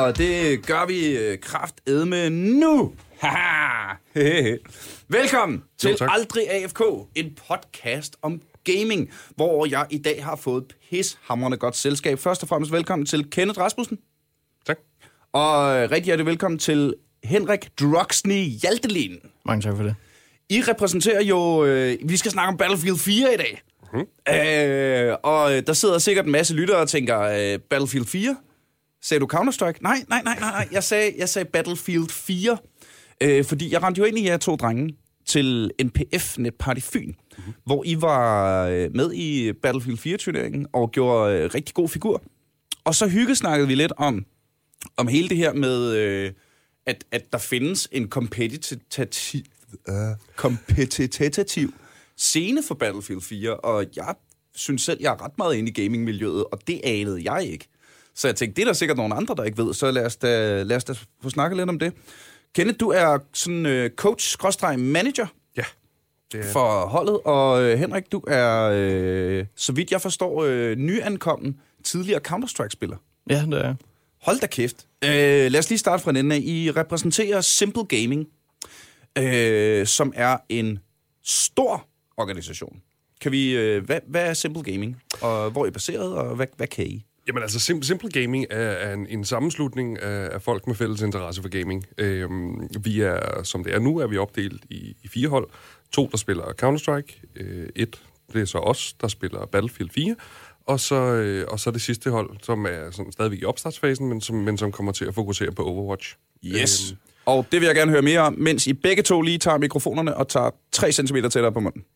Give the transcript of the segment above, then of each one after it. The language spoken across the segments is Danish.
og det gør vi kraftedme nu. Velkommen til Aldrig AFK, en podcast om gaming, hvor jeg i dag har fået pishamrende godt selskab. Først og fremmest velkommen til Kenneth Rasmussen. Tak. Og rigtig hjertelig velkommen til Henrik Droxny Hjaltelin. Mange tak for det. I repræsenterer jo... vi skal snakke om Battlefield 4 i dag. Og der sidder sikkert en masse lyttere og tænker, Battlefield 4? Sagde du Counter-Strike? Nej. Jeg sagde Battlefield 4. Fordi jeg rendte jo ind i jer to drenge til NPF Netparty Fyn, hvor I var med i Battlefield 4-turneringen og gjorde rigtig god figur. Og så hyggesnakkede vi lidt om hele det her med, at der findes en kompetitiv scene for Battlefield 4, og jeg synes selv, jeg er ret meget inde i gamingmiljøet, og det anede jeg ikke. Så jeg tænkte, det er der sikkert nogle andre, der ikke ved, så lad os da få snakket lidt om det. Kenneth, du er sådan coach-manager for holdet, og Henrik, du er, så vidt jeg forstår, nyankommen tidligere Counter-Strike-spiller. Ja, det er. Hold da kæft. Lad os lige starte fra den ende af. I repræsenterer Simple Gaming, som er en stor organisation. Kan vi, hvad er Simple Gaming, og hvor er I baseret, og hvad kan I? Jamen altså, Simple Gaming er en sammenslutning af folk med fælles interesse for gaming. Vi er, som det er nu, er vi opdelt i 4 hold. 2, der spiller Counter-Strike. 1, det er så os, der spiller Battlefield 4. Og så det sidste hold, som er sådan stadigvæk i opstartsfasen, men som kommer til at fokusere på Overwatch. Yes. Og det vil jeg gerne høre mere om, mens I begge to lige tager mikrofonerne og tager 3 cm tættere på munden.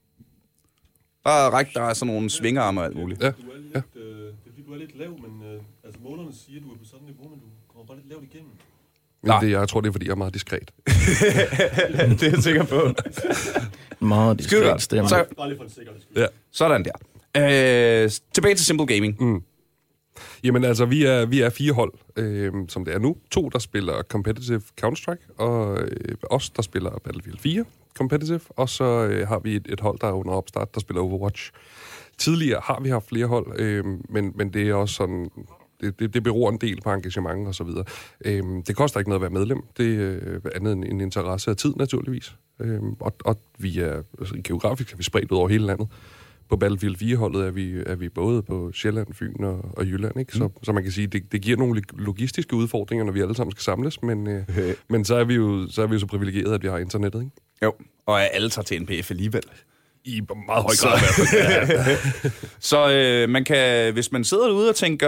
Bare der er sådan nogle svingerarme og alt muligt. Ja. Du er lidt lav, men altså målerne siger, at du er på sådan et niveau, men du kommer bare lidt lavt igennem. Jeg tror, det er, fordi jeg er meget diskret. Det er jeg sikker på. Meget diskret stemme. Bare lige for en sikkerhed. Ja. Sådan der. Tilbage til Simple Gaming. Jamen altså, vi er 4 hold, som det er nu. 2, der spiller Competitive Counter-Strike, og os, der spiller Battlefield 4 Competitive. Og så har vi et hold, der er under opstart, der spiller Overwatch. Tidligere har vi haft flere hold, men det er også sådan... Det beror en del på engagement og så videre. Det koster ikke noget at være medlem. Det er andet end en interesse af tid, naturligvis. Og vi er... Altså, geografisk er vi spredt ud over hele landet. På Battlefield 4-holdet er vi både på Sjælland, Fyn og Jylland, ikke? Så man kan sige, det giver nogle logistiske udfordringer, når vi alle sammen skal samles, men så er vi jo så privilegerede, at vi har internettet, ikke? Jo, og alle tager til NPF alligevel. I meget høj grad i hvert fald. Så man kan, hvis man sidder derude og tænker,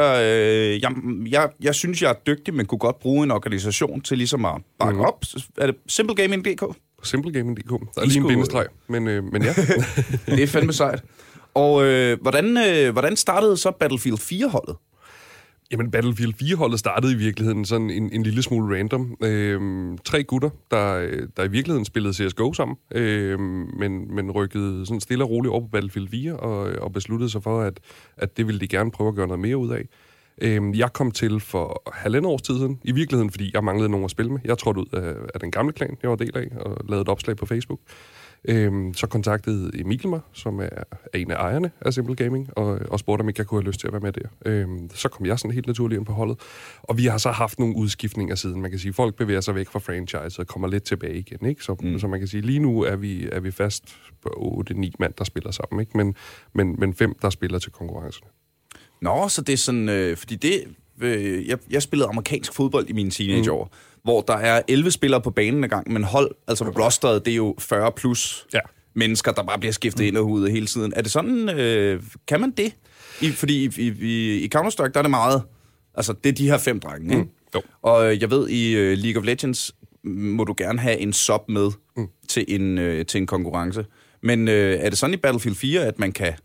jeg synes, jeg er dygtig, men kunne godt bruge en organisation til ligesom at bakke op, er det simplegaming.dk? Simplegaming.dk. Der er lige en bindestreg, men ja. Det er fandme sejt. Og hvordan startede så Battlefield 4-holdet? Jamen, Battlefield 4-holdet startede i virkeligheden sådan en lille smule random. 3 gutter, der i virkeligheden spillede CSGO sammen, men rykkede sådan stille og roligt over på Battlefield 4 og besluttede sig for, at det ville de gerne prøve at gøre noget mere ud af. Jeg kom til for 1,5 års tid siden, i virkeligheden, fordi jeg manglede nogen at spille med. Jeg trådte ud af den gamle klan, jeg var del af, og lavede et opslag på Facebook. Så kontaktede Emil mig, som er en af ejerne af Simple Gaming, og spurgte, om ikke jeg kunne have lyst til at være med der. Så kom jeg sådan helt naturligt ind på holdet, og vi har så haft nogle udskiftninger siden. Man kan sige, folk bevæger sig væk fra franchise og kommer lidt tilbage igen, ikke? Så man kan sige, lige nu er vi fast på 8-9 mand, der spiller sammen, ikke? Men 5, der spiller til konkurrencerne. Nå, så det er sådan, fordi det... Jeg spillede amerikansk fodbold i mine teenageår, hvor der er 11 spillere på banen ad gang, men hold, altså rosteret, det er jo 40 plus mennesker, der bare bliver skiftet ind og ud hele tiden. Er det sådan, kan man det? Fordi i Counter-Strike, der er det meget, altså det er de her 5 drenge, ikke? Og jeg ved, i League of Legends må du gerne have en sub med til en konkurrence. Men er det sådan i Battlefield 4, at man kan...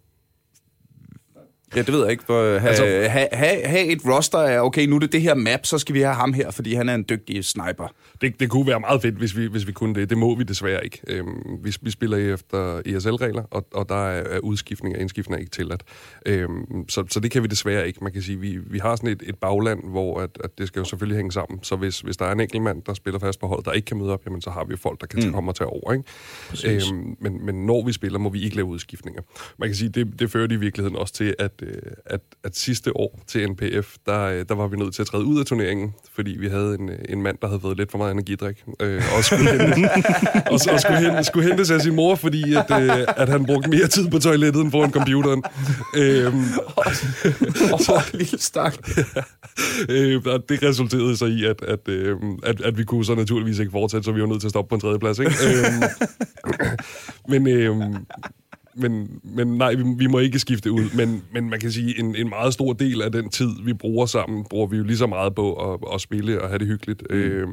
Ja, det ved jeg ikke. Have et roster af, okay, nu er det her map, så skal vi have ham her, fordi han er en dygtig sniper. Det kunne være meget fedt, hvis vi kunne det. Det må vi desværre ikke. Vi spiller efter ESL-regler, og der er udskiftning og indskiftning ikke tilladt. Så det kan vi desværre ikke. Man kan sige, vi har sådan et bagland, hvor at det skal jo selvfølgelig hænge sammen. Så hvis der er en enkelt mand, der spiller fast på holdet, der ikke kan møde op, jamen, så har vi jo folk, der kan komme og tage over. Ikke? Men når vi spiller, må vi ikke lave udskiftninger. Man kan sige, det fører i virkeligheden også til, at at sidste år til NPF, der var vi nødt til at træde ud af turneringen, fordi vi havde en mand, der havde fået lidt for meget energidrik, og skulle hentes af sin mor, fordi at han brugte mere tid på toilettet end foran computeren. Lille stak. Det resulterede så i, at vi kunne så naturligvis ikke fortsætte, så vi var nødt til at stoppe på en tredje plads, ikke? Men nej, vi må ikke skifte ud. Men man kan sige, en meget stor del af den tid, vi bruger sammen, bruger vi jo lige så meget på at spille og have det hyggeligt.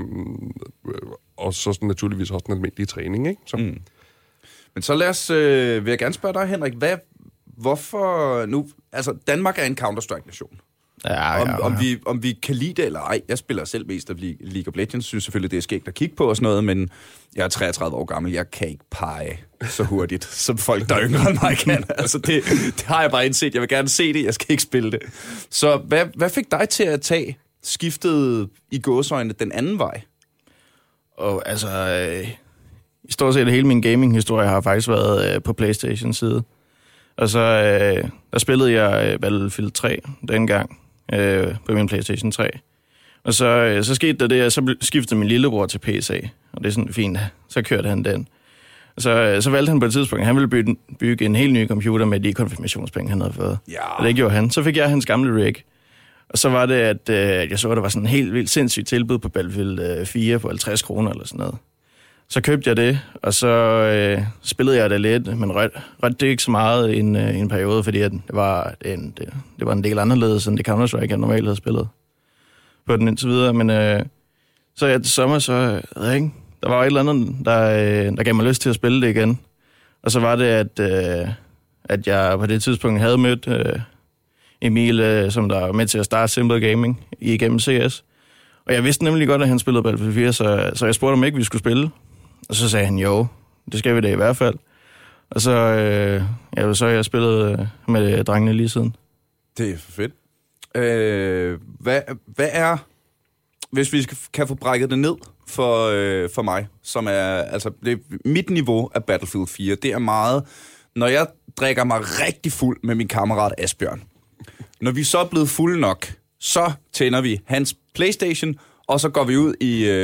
Og så naturligvis også den almindelige træning, ikke? Så. Men så lad os, vil jeg gerne spørge dig, Henrik, hvorfor nu... Altså, Danmark er en Counter-Strike-nation. Om vi kan lide det eller ej. Jeg spiller selv mest af League of Legends, synes selvfølgelig, det er skægt at kigge på og sådan noget, men jeg er 33 år gammel, jeg kan ikke pege så hurtigt, som folk, der er yngre end mig kan. Altså, det har jeg bare indset. Jeg vil gerne se det, jeg skal ikke spille det. Så hvad fik dig til at tage skiftet i gåseøjne den anden vej? Og altså, i stort set hele min gaming-historie har faktisk været på PlayStation-side. Og så der spillede jeg Battlefield 3 dengang på min PlayStation 3. Og så skete der det, at så skiftede min lillebror til PC. Og det er sådan fint, så kørte han den. Og så valgte han på et tidspunkt, at han ville bygge en helt ny computer med de konfirmationspenge, han havde fået. Ja. Og det gjorde han. Så fik jeg hans gamle rig. Og så var det, at jeg så, at der var sådan en helt vildt sindssygt tilbud på Battlefield 4 på 50 kroner eller sådan noget. Så købte jeg det, og så spillede jeg det lidt, men rødte det ikke så meget i en periode, fordi det var en del anderledes end det Counter-Strike, jeg normalt havde spillet på den indtil videre. Men så til sommer, der var et eller andet, der gav mig lyst til at spille det igen. Og så var det, at jeg på det tidspunkt havde mødt Emil, som der var med til at starte Simple Gaming igennem CS. Og jeg vidste nemlig godt, at han spillede Battlefield 4, så jeg spurgte, om ikke vi skulle spille. Og så sagde han, jo, det skal vi da i hvert fald. Og så har jeg spillet med drengene lige siden. Det er fedt. Hvad er, hvis vi kan få brækket det ned for mig, som er, altså det, mit niveau af Battlefield 4, det er meget, når jeg drikker mig rigtig fuld med min kammerat Asbjørn. Når vi så er blevet fulde nok, så tænder vi hans PlayStation, og så går vi ud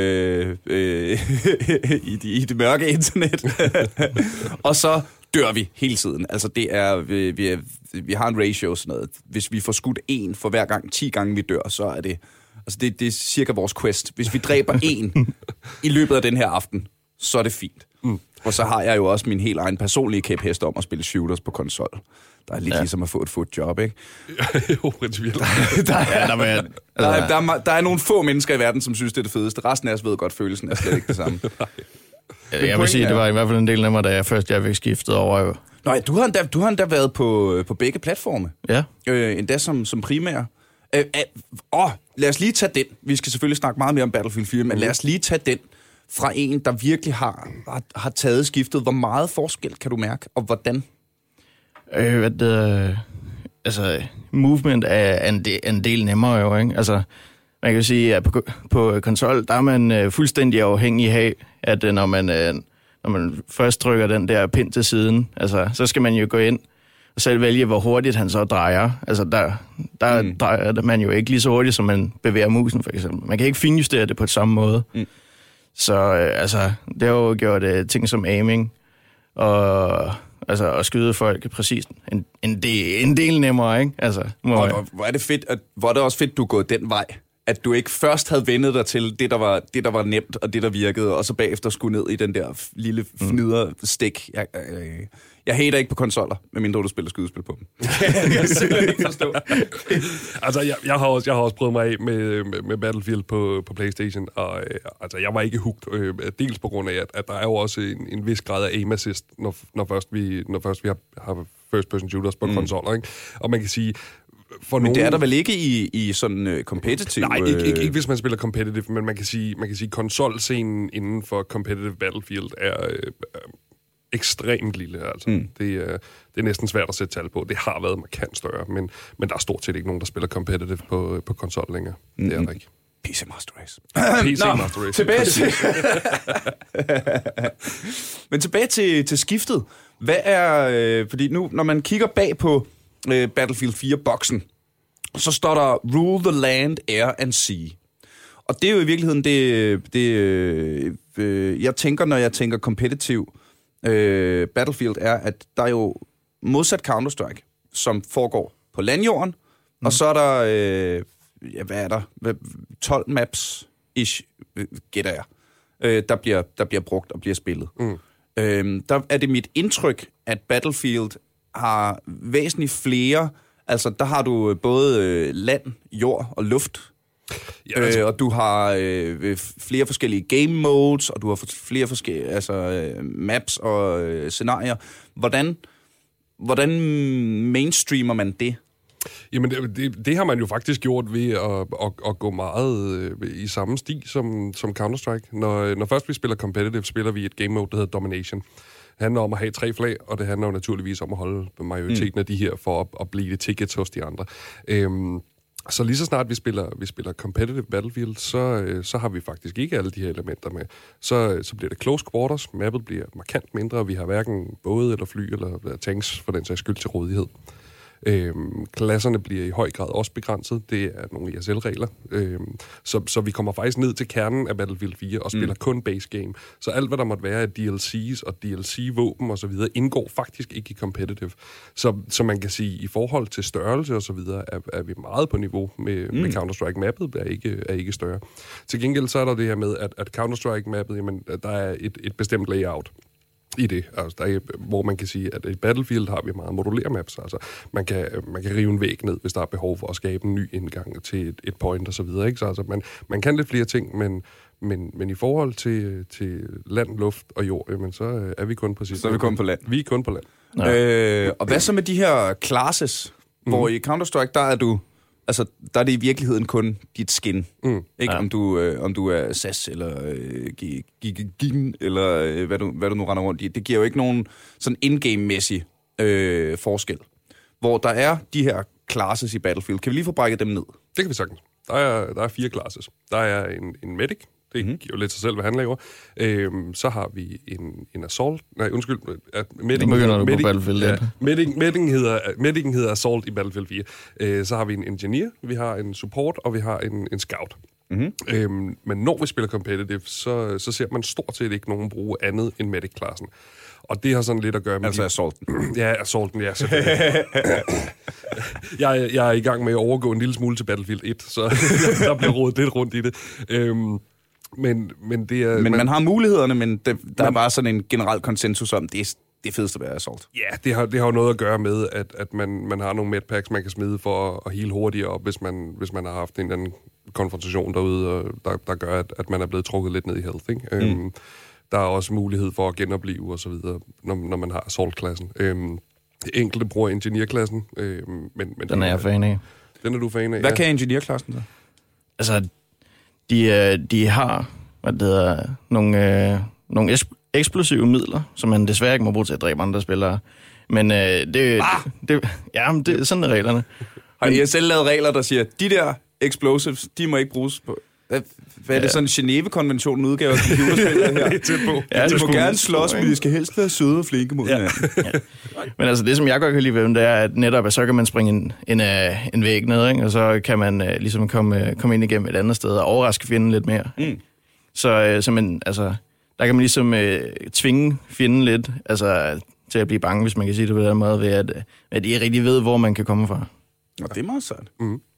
i det mørke internet, og så dør vi hele tiden. Altså det er, vi har en ratio sådan noget. Hvis vi får skudt 1 for hver gang, 10 gange vi dør, så er det, altså det er cirka vores quest. Hvis vi dræber 1 i løbet af den her aften, så er det fint. Og så har jeg jo også min helt egen personlige kæphest om at spille shooters på konsol. Der er lidt ligesom at få et footjob, ikke? Jo, principielt. Der er nogle få mennesker i verden, som synes, det er det fedeste. Resten af os ved godt, følelsen er slet ikke det samme. Jeg vil sige, det var i hvert fald en del nemmere, da jeg fik skiftet over. Nej, du har endda været på begge platforme. Ja. Endda som primær. Lad os lige tage den. Vi skal selvfølgelig snakke meget mere om Battlefield 4, men lad os lige tage den fra en, der virkelig har taget skiftet. Hvor meget forskel kan du mærke, og hvordan? Movement er en del nemmere jo, ikke? Altså, man kan sige, at på konsol, der er man fuldstændig afhængig af, at når man først trykker den der pind til siden, altså, så skal man jo gå ind og selv vælge, hvor hurtigt han så drejer. Altså, der drejer man jo ikke lige så hurtigt, som man bevæger musen, for eksempel. Man kan ikke finjustere det på samme måde. Så det har jo gjort ting som aiming, og at skyde folk præcis en del nemmere, ikke? Altså, hvor er det fedt, hvor er det også fedt, du er gået den vej. At du ikke først havde vendet dig til det, der var nemt, og det, der virkede, og så bagefter skulle ned i den der lille fniderstik. Jeg hater ikke på konsoller, medmindre du spiller skydespil på dem. Jeg kan simpelthen ikke forstå. Altså, jeg har også prøvet mig af med Battlefield på PlayStation, og altså, jeg var ikke hooked, dels på grund af, at der er jo også en vis grad af aim assist, når først vi har first-person shooters på konsoller, ikke? Og man kan sige, men det er der vel ikke i sådan competitive? Nej, ikke hvis man spiller competitive, men man kan sige konsolscenen inden for competitive Battlefield er ekstremt lille. Altså. Det er næsten svært at sætte tal på. Det har været markant større, men der er stort set ikke nogen, der spiller competitive på konsol længere. Det er der ikke. PC Master Race. Master Race. Tilbage til... Men tilbage til skiftet. Hvad er... fordi nu, når man kigger bag på Battlefield 4-boksen, så står der Rule the Land, Air and Sea. Og det er jo i virkeligheden det jeg tænker, når jeg tænker competitive Battlefield, er, at der er jo modsat Counter-Strike, som foregår på landjorden, og så er der, hvad er der? 12 maps-ish, gætter jeg, der bliver brugt og bliver spillet. Der er det mit indtryk, at Battlefield har væsentligt flere, altså der har du både land, jord og luft, og du har flere forskellige game modes, og du har flere forskellige maps og scenarier. Hvordan mainstreamer man det? Jamen, det har man jo faktisk gjort ved at gå meget i samme sti som Counter-Strike. Når først vi spiller competitive, spiller vi et game mode, der hedder Domination. Det handler om at have 3 flag, og det handler jo naturligvis om at holde majoriteten af de her for at blive tickets hos de andre. Så lige så snart vi spiller competitive Battlefield, så har vi faktisk ikke alle de her elementer med. Så bliver det close quarters, mappet bliver markant mindre, og vi har hverken både eller fly eller tanks for den sags skyld til rådighed. Klasserne bliver i høj grad også begrænset. Det er nogle ESL-regler. Så vi kommer faktisk ned til kernen af Battlefield 4 og spiller kun base game. Så alt, hvad der måtte være af DLC's og DLC-våben og så videre, indgår faktisk ikke i competitive. Så man kan sige, i forhold til størrelse og så videre, er vi meget på niveau med Counter-Strike-mappet, er ikke større. Til gengæld så er der det her med, at Counter-Strike-mappet, jamen, der er et bestemt layout i det. Altså, hvor man kan sige, at i Battlefield har vi meget modulære maps. Altså, man kan rive en væg ned, hvis der er behov for at skabe en ny indgang til et point og så videre. Ikke? Så altså, man kan lidt flere ting, men i forhold til land, luft og jord, jamen, så er vi kun præcis. Så er vi kun på land. Vi er kun på land. Og hvad så med de her classes, hvor i Counter-Strike, der er du... Altså, der er det i virkeligheden kun dit skin. Ikke? Ja. Om du er SAS eller Gigin, eller hvad du nu render rundt i. Det giver jo ikke nogen sådan in-game-mæssig forskel. Hvor der er de her classes i Battlefield. Kan vi lige få brækket dem ned? Det kan vi sagtens. Der er 4 classes. Der er en medic. Det giver jo lidt sig selv, hvad han laver. Så har vi en assault. Nej, undskyld. Medic'en hedder assault i Battlefield 4. Så har vi en engineer, vi har en support, og vi har en scout. Men når vi spiller competitive, så ser man stort set ikke nogen bruge andet end medic-klassen. Og det har sådan lidt at gøre med... Altså assaulten. Ja, assaulten, ja, selvfølgelig. Jeg er i gang med at overgå en lille smule til Battlefield 1, så der bliver rodet lidt rundt i det. Men det er... Men man har mulighederne, men der er bare sådan en generel konsensus om, det er fedest at være assault. Ja, det har jo noget at gøre med, at man har nogle medpacks, man kan smide for at heale hurtigere op, hvis man har haft en eller anden konfrontation derude, og der gør, at man er blevet trukket lidt ned i health. Ikke? Der er også mulighed for at genopleve og så videre, når man har assault-klassen. Enkelte bruger engineer-klassen, men den er jeg fan af. Den er du fan af, Hvad kan engineer-klassen så? Altså, de har nogle eksplosive midler, som man desværre ikke må bruge til at dræbe andre spillere. Men det er sådan er reglerne. Har I selv lavet regler, der siger, de der explosives, de må ikke bruges på... Hvad er det sådan Genève-konventionen udgave af computerspillet her? Det er tæt på. Ja, de må gerne slås, men de skal helst være søde og flinke mod hinanden. Ja. Men altså det, som jeg godt kan lide ved dem, det er, at netop, at så kan man springe en væg ned, ikke? Og så kan man ligesom komme ind igennem et andet sted og overraske fjenden lidt mere. Så man, altså, der kan man ligesom tvinge fjenden lidt til at blive bange, hvis man kan sige det på den måde, ved at de rigtig ved, hvor man kan komme fra. Og det er meget sejt.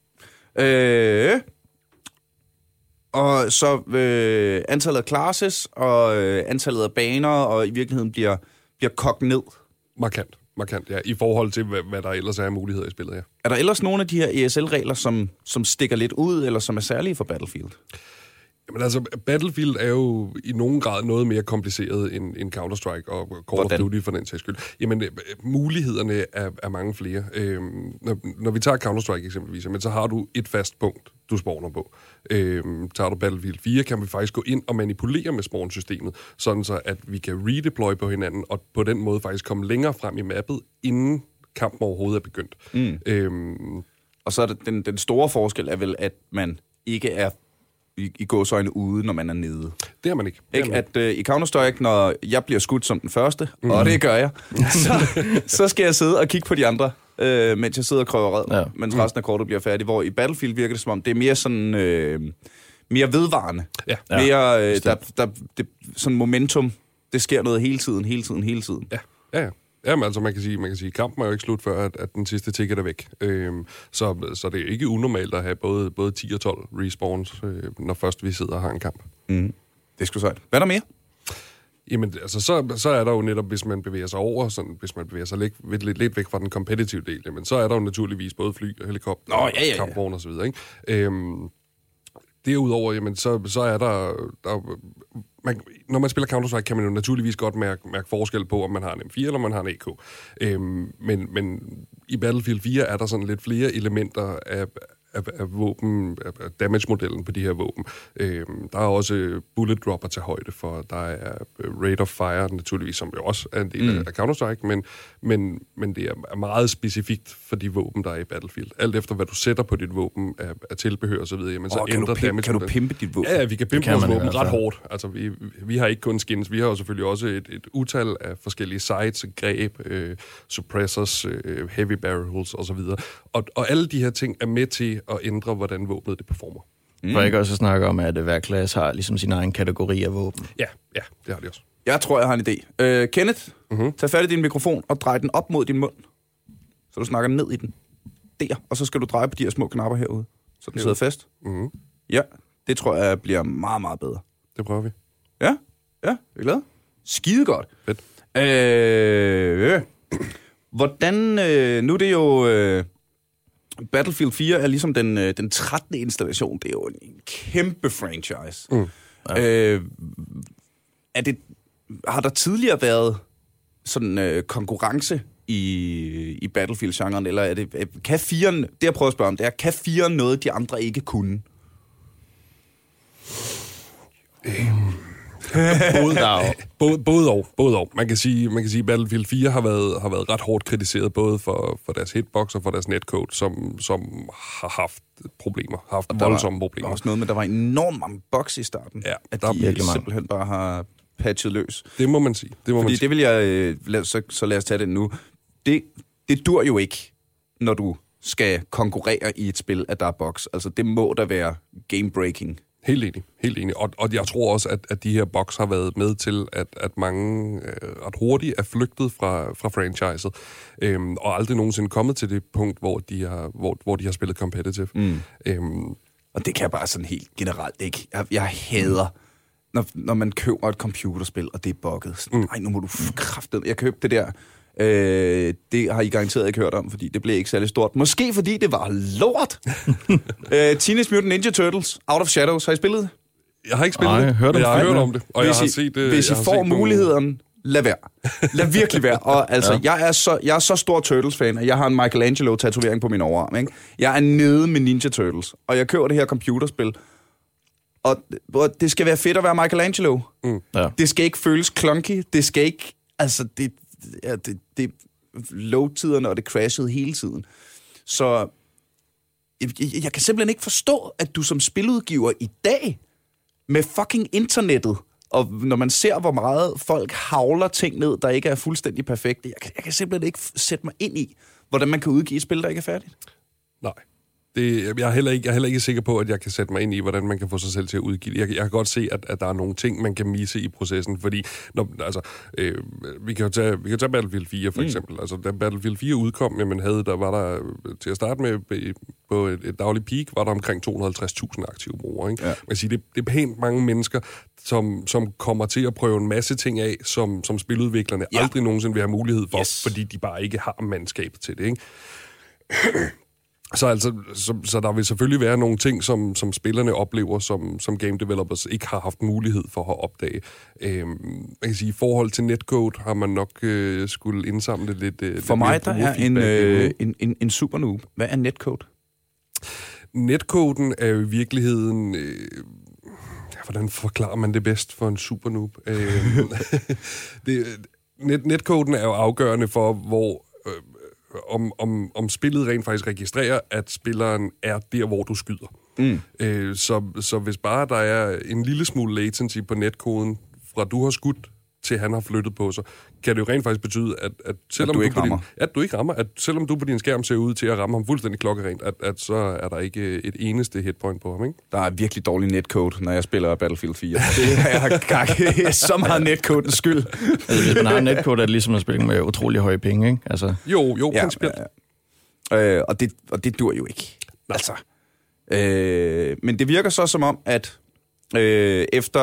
Og så antallet af classes og antallet af baner, og i virkeligheden bliver kogt ned. Markant, ja. I forhold til, hvad der ellers er af muligheder i spillet, ja. Er der ellers nogle af de her ESL-regler, som stikker lidt ud, eller som er særlige for Battlefield? Jamen altså, Battlefield er jo i nogen grad noget mere kompliceret end Counter-Strike og Call of Duty for den sags skyld. Jamen, mulighederne er mange flere. Når vi tager Counter-Strike eksempelvis, jamen, så har du et fast punkt, du spawner på. Tager du Battlefield 4, kan vi faktisk gå ind og manipulere med spawn-systemet, sådan så at vi kan redeploy på hinanden, og på den måde faktisk komme længere frem i mappet, inden kampen overhovedet er begyndt. Og så er det, den store forskel er vel, at man ikke er i gåseøjne ude, når man er nede. Det er man ikke. At i Counter-Strike, når jeg bliver skudt som den første, og det gør jeg, så skal jeg sidde og kigge på de andre mens jeg sidder og krøver red, mens resten af kortet bliver færdig. Hvor i Battlefield virker det som om, det er mere sådan... mere vedvarende. Ja. Mere, det, sådan momentum. Det sker noget hele tiden. Ja. Jamen, altså man kan sige, kampen er jo ikke slut før, at den sidste ticket er væk. Så det er ikke unormalt at have både 10 og 12 respawns, når først vi sidder og har en kamp. Det er sgu sejt. Hvad er der mere? Jamen, altså, så er der jo netop, hvis man bevæger sig over, sådan, hvis man bevæger sig lidt væk fra den competitive del, jamen, så er der jo naturligvis både fly og helikopter og kampvogne og så videre, ikke? Derudover, jamen, så er der når man spiller Counter-Strike, kan man jo naturligvis godt mærke forskel på, om man har en M4 eller man har en AK. Men i Battlefield 4 er der sådan lidt flere elementer af våben, af damage-modellen på de her våben. Der er også bullet dropper til højde for, der er rate of fire, naturligvis, som jo også er en del af Counter-Strike, men det er meget specifikt for de våben, der er i Battlefield. Alt efter, hvad du sætter på dit våben af tilbehør og så videre, jamen, så ændrer damage. Kan du pimpe dit våben? Ja, vi kan pimpe vores våben ret hårdt. Altså, vi har ikke kun skins, vi har jo selvfølgelig også et utal af forskellige sights, greb, suppressors, heavy barrels og så videre. Og alle de her ting er med til at ændre, hvordan våbnet det performer. For ikke også at snakke om, at hver klasse har ligesom sin egen kategori af våben. Ja, det har de også. Jeg tror, jeg har en idé. Kenneth, tag fat i din mikrofon og drej den op mod din mund. Så du snakker ned i den. Der. Og så skal du dreje på de her små knapper herude. Så den sidder fast. Ja, det tror jeg bliver meget, meget bedre. Det prøver vi. Ja, er I glade? Skide godt. Fedt. Hvordan, nu er det jo... Battlefield 4 er ligesom den 13. installation. Det er jo en kæmpe franchise. Har der tidligere været sådan konkurrence i Battlefield-genren, eller er det, kan 4'eren, det jeg prøver at spørge om, det er, kan 4'eren noget, de andre ikke kunne? Både og. Man kan sige, at Battlefield 4 har været ret hårdt kritiseret, både for deres hitbox og for deres netcode, som har haft problemer, voldsomme problemer. Der var også noget med, der var enormt mange bugs i starten, at de simpelthen bare har patchet løs. Det må man sige. Det vil jeg, så lad os tage det nu. Det dur jo ikke, når du skal konkurrere i et spil, at der er bugs. Altså, det må da være game-breaking. Helt enig. Og jeg tror også, at de her bugs har været med til, at mange ret hurtigt er flygtet fra franchiset, og aldrig nogensinde kommet til det punkt, hvor de har spillet competitive. Og det kan jeg bare sådan helt generelt ikke. Jeg hader, når man køber et computerspil, og det er bugget. Nej, nu må du kraftedeme. Jeg købte det der. Det har I garanteret ikke hørt om, fordi det blev ikke særlig stort. Måske fordi det var lort. Teenage Mutant Ninja Turtles, Out of Shadows. Har I spillet det? Jeg har ikke spillet det. Jeg har hørt om det. Og hvis I får muligheden, lad være. Lad virkelig være. Og altså, jeg er så stor Turtles-fan, at jeg har en Michelangelo-tatovering på min overarm. Ikke? Jeg er nede med Ninja Turtles, og jeg køber det her computerspil. Og det skal være fedt at være Michelangelo. Det skal ikke føles clunky. Det skal ikke... Altså, det load-tiderne, og det crashede hele tiden. Så jeg kan simpelthen ikke forstå, at du som spiludgiver i dag, med fucking internettet, og når man ser, hvor meget folk havler ting ned, der ikke er fuldstændig perfekte, jeg kan simpelthen ikke sætte mig ind i, hvordan man kan udgive et spil, der ikke er færdigt. Nej. Jeg er heller ikke sikker på, at jeg kan sætte mig ind i, hvordan man kan få sig selv til at udgive det. Jeg kan godt se, at der er nogle ting, man kan misse i processen, fordi vi kan jo tage Battlefield 4 for eksempel. Altså, da Battlefield 4 udkom, jamen var der til at starte med på et dagligt peak, var der omkring 250.000 aktive brugere. Ikke? Ja. Man kan sige, det er pænt mange mennesker, som kommer til at prøve en masse ting af, som spiludviklerne aldrig nogensinde vil have mulighed for, fordi de bare ikke har mandskabet til det. Ikke? Så der vil selvfølgelig være nogle ting, som spillerne oplever, som game developers ikke har haft mulighed for at opdage. Man kan sige, i forhold til netcode har man nok skulle indsamle lidt... For mig, der er en super noob. Hvad er netcode? Netcoden er jo i virkeligheden... hvordan forklarer man det bedst for en super noob? Netcoden er jo afgørende for, hvor... Om spillet rent faktisk registrerer, at spilleren er der, hvor du skyder. Så hvis bare der er en lille smule latency på netkoden, fra du har skudt, til han har flyttet på sig, kan det jo rent faktisk betyde, at selvom du ikke rammer, at selvom du på din skærm ser ud til at ramme ham fuldstændig klokkerent, at så er der ikke et eneste hitpoint på ham, ikke? Der er virkelig dårlig netcode, når jeg spiller Battlefield 4. Det er så meget netcodens skyld. Altså, hvis man har netcode, er det ligesom at spille med utrolig høje penge, ikke? Altså. Jo, principielt. Ja. Og det dur jo ikke. Altså. Men det virker så som om, at efter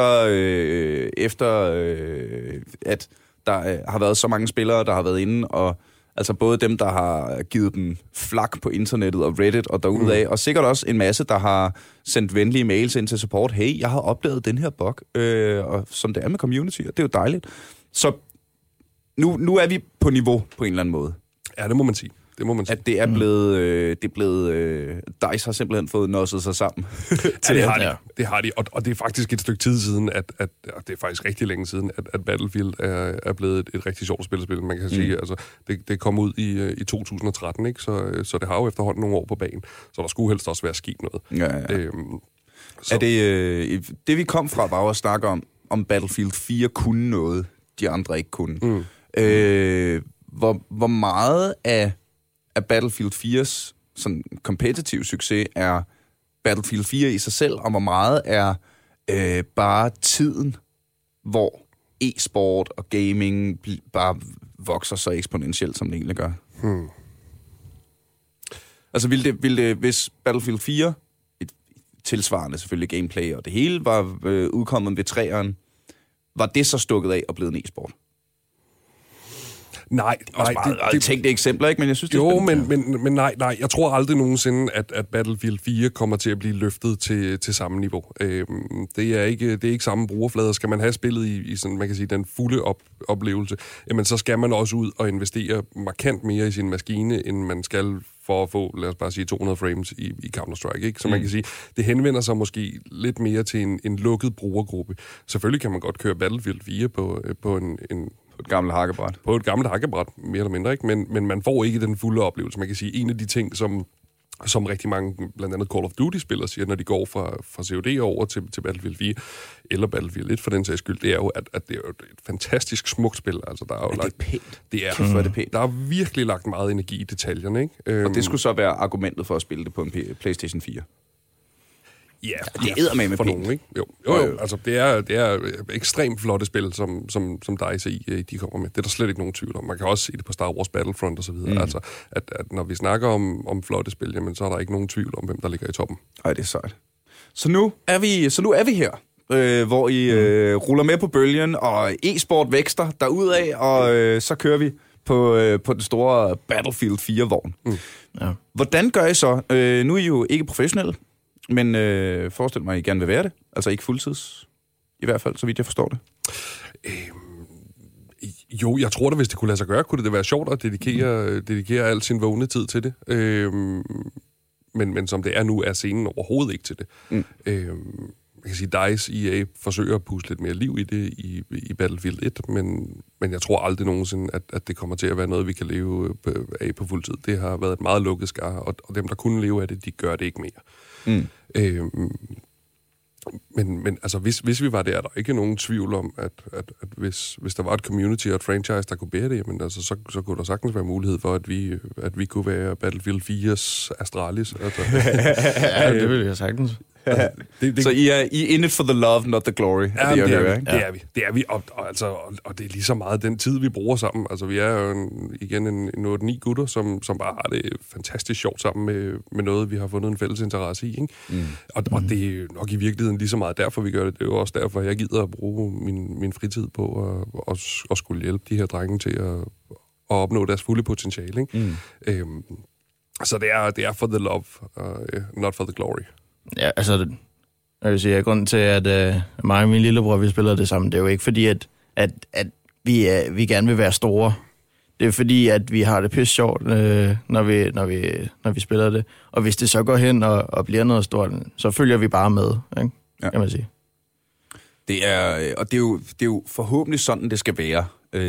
at der har været så mange spillere, der har været inde, og altså både dem, der har givet dem flak på internettet og Reddit og derudaf, og sikkert også en masse, der har sendt venlige mails ind til support. Hey, jeg har opdaget den her bug, og som det er med community, og det er jo dejligt. Så nu er vi på niveau på en eller anden måde. Ja, det må man sige. At det er blevet... DICE har simpelthen fået nosset sig sammen. Det har de. Og det er faktisk et stykke tid siden, at det er faktisk rigtig længe siden, at Battlefield er blevet et rigtig sjovt spil. Man kan sige, altså, det kom ud i 2013, ikke? Så det har jo efterhånden nogle år på banen. Så der skulle helst også være sket noget. Ja. Er det vi kom fra, var jo at snakke om Battlefield 4 kunne noget, de andre ikke kunne. Hvor meget af Battlefield 4's sådan competitive succes er Battlefield 4 i sig selv, og hvor meget er bare tiden, hvor e-sport og gaming bare vokser så eksponentielt, som det egentlig gør. Altså ville det, hvis Battlefield 4, et tilsvarende selvfølgelig gameplay, og det hele var udkommet ved 3'eren, var det så stukket af og blevet en e-sport? Nej, det tænkte eksempler, ikke? Men jeg synes, det er spændende. Men nej. Jeg tror aldrig nogensinde, at Battlefield 4 kommer til at blive løftet til samme niveau. Det er ikke samme brugerflader. Skal man have spillet i sådan, man kan sige, den fulde oplevelse, jamen så skal man også ud og investere markant mere i sin maskine, end man skal for at få, lad os bare sige, 200 frames i Counter-Strike, ikke? Så man kan sige, det henvender sig måske lidt mere til en lukket brugergruppe. Selvfølgelig kan man godt køre Battlefield 4 på et gammelt hakkebræt. På et gammelt hakkebræt, mere eller mindre, ikke? Men man får ikke den fulde oplevelse. Man kan sige, en af de ting, som rigtig mange, blandt andet Call of Duty-spillere siger, når de går fra COD over til Battlefield 4, eller Battlefield 1 for den sags skyld, det er jo, at det er jo et fantastisk smukt spil. Altså, der er jo det er pænt. Det er pænt. Der er virkelig lagt meget energi i detaljerne, ikke? Og det skulle så være argumentet for at spille det på en PlayStation 4. Ja, det er eddermame for nogen, ikke? Jo. Altså, det er ekstremt flotte spil, som DICE de kommer med. Det er der slet ikke nogen tvivl om. Man kan også se det på Star Wars Battlefront og så videre. Altså, at når vi snakker om flotte spil, jamen, så er der ikke nogen tvivl om, hvem der ligger i toppen. Ej, det er sejt. Så nu er vi her, hvor I ruller med på bølgen, og e-sport vækster derudad, og så kører vi på den store Battlefield 4-vogn. Ja. Hvordan gør I så? Nu er I jo ikke professionelle, men forestil mig, at I gerne vil være det. Altså ikke fuldtids, i hvert fald, så vidt jeg forstår det. Jo, jeg tror da, hvis det kunne lade sig gøre, kunne det være sjovt at dedikere al sin vågne tid til det. Men som det er nu, er scenen overhovedet ikke til det. Jeg kan sige, DICE EA forsøger at puste lidt mere liv i det i Battlefield 1, men jeg tror aldrig nogensinde, at det kommer til at være noget, vi kan leve af på fuld tid. Det har været et meget lukket skare, og dem, der kunne leve af det, de gør det ikke mere. Men altså, hvis vi var der, er der ikke nogen tvivl om, at hvis der var et community og et franchise, der kunne bære det, men altså, så kunne der sagtens være mulighed for, at vi kunne være Battlefield 4's Astralis. Altså. Ja, det ville jeg sagtens. Så I er in it for the love, not the glory. Ja, det er vi. Og det er lige så meget den tid, vi bruger sammen. Altså, vi er jo igen en 8-9 gutter, som bare har det fantastisk sjovt sammen med noget, vi har fundet en fælles interesse i. Ikke? Og det er nok i virkeligheden lige så meget derfor, vi gør det. Det er jo også derfor, jeg gider at bruge min fritid på at skulle hjælpe de her drenge til at opnå deres fulde potentiale. Ikke? Så det er for the love, not for the glory. Ja, altså, jeg vil sige, at grunden til, at mig og min lillebror, vi spiller det sammen, det er jo ikke fordi, at vi gerne vil være store. Det er fordi, at vi har det pisse sjovt, når vi spiller det. Og hvis det så går hen og bliver noget stort, så følger vi bare med, ikke? Ja. Kan man sige. Det er jo forhåbentlig sådan, det skal være.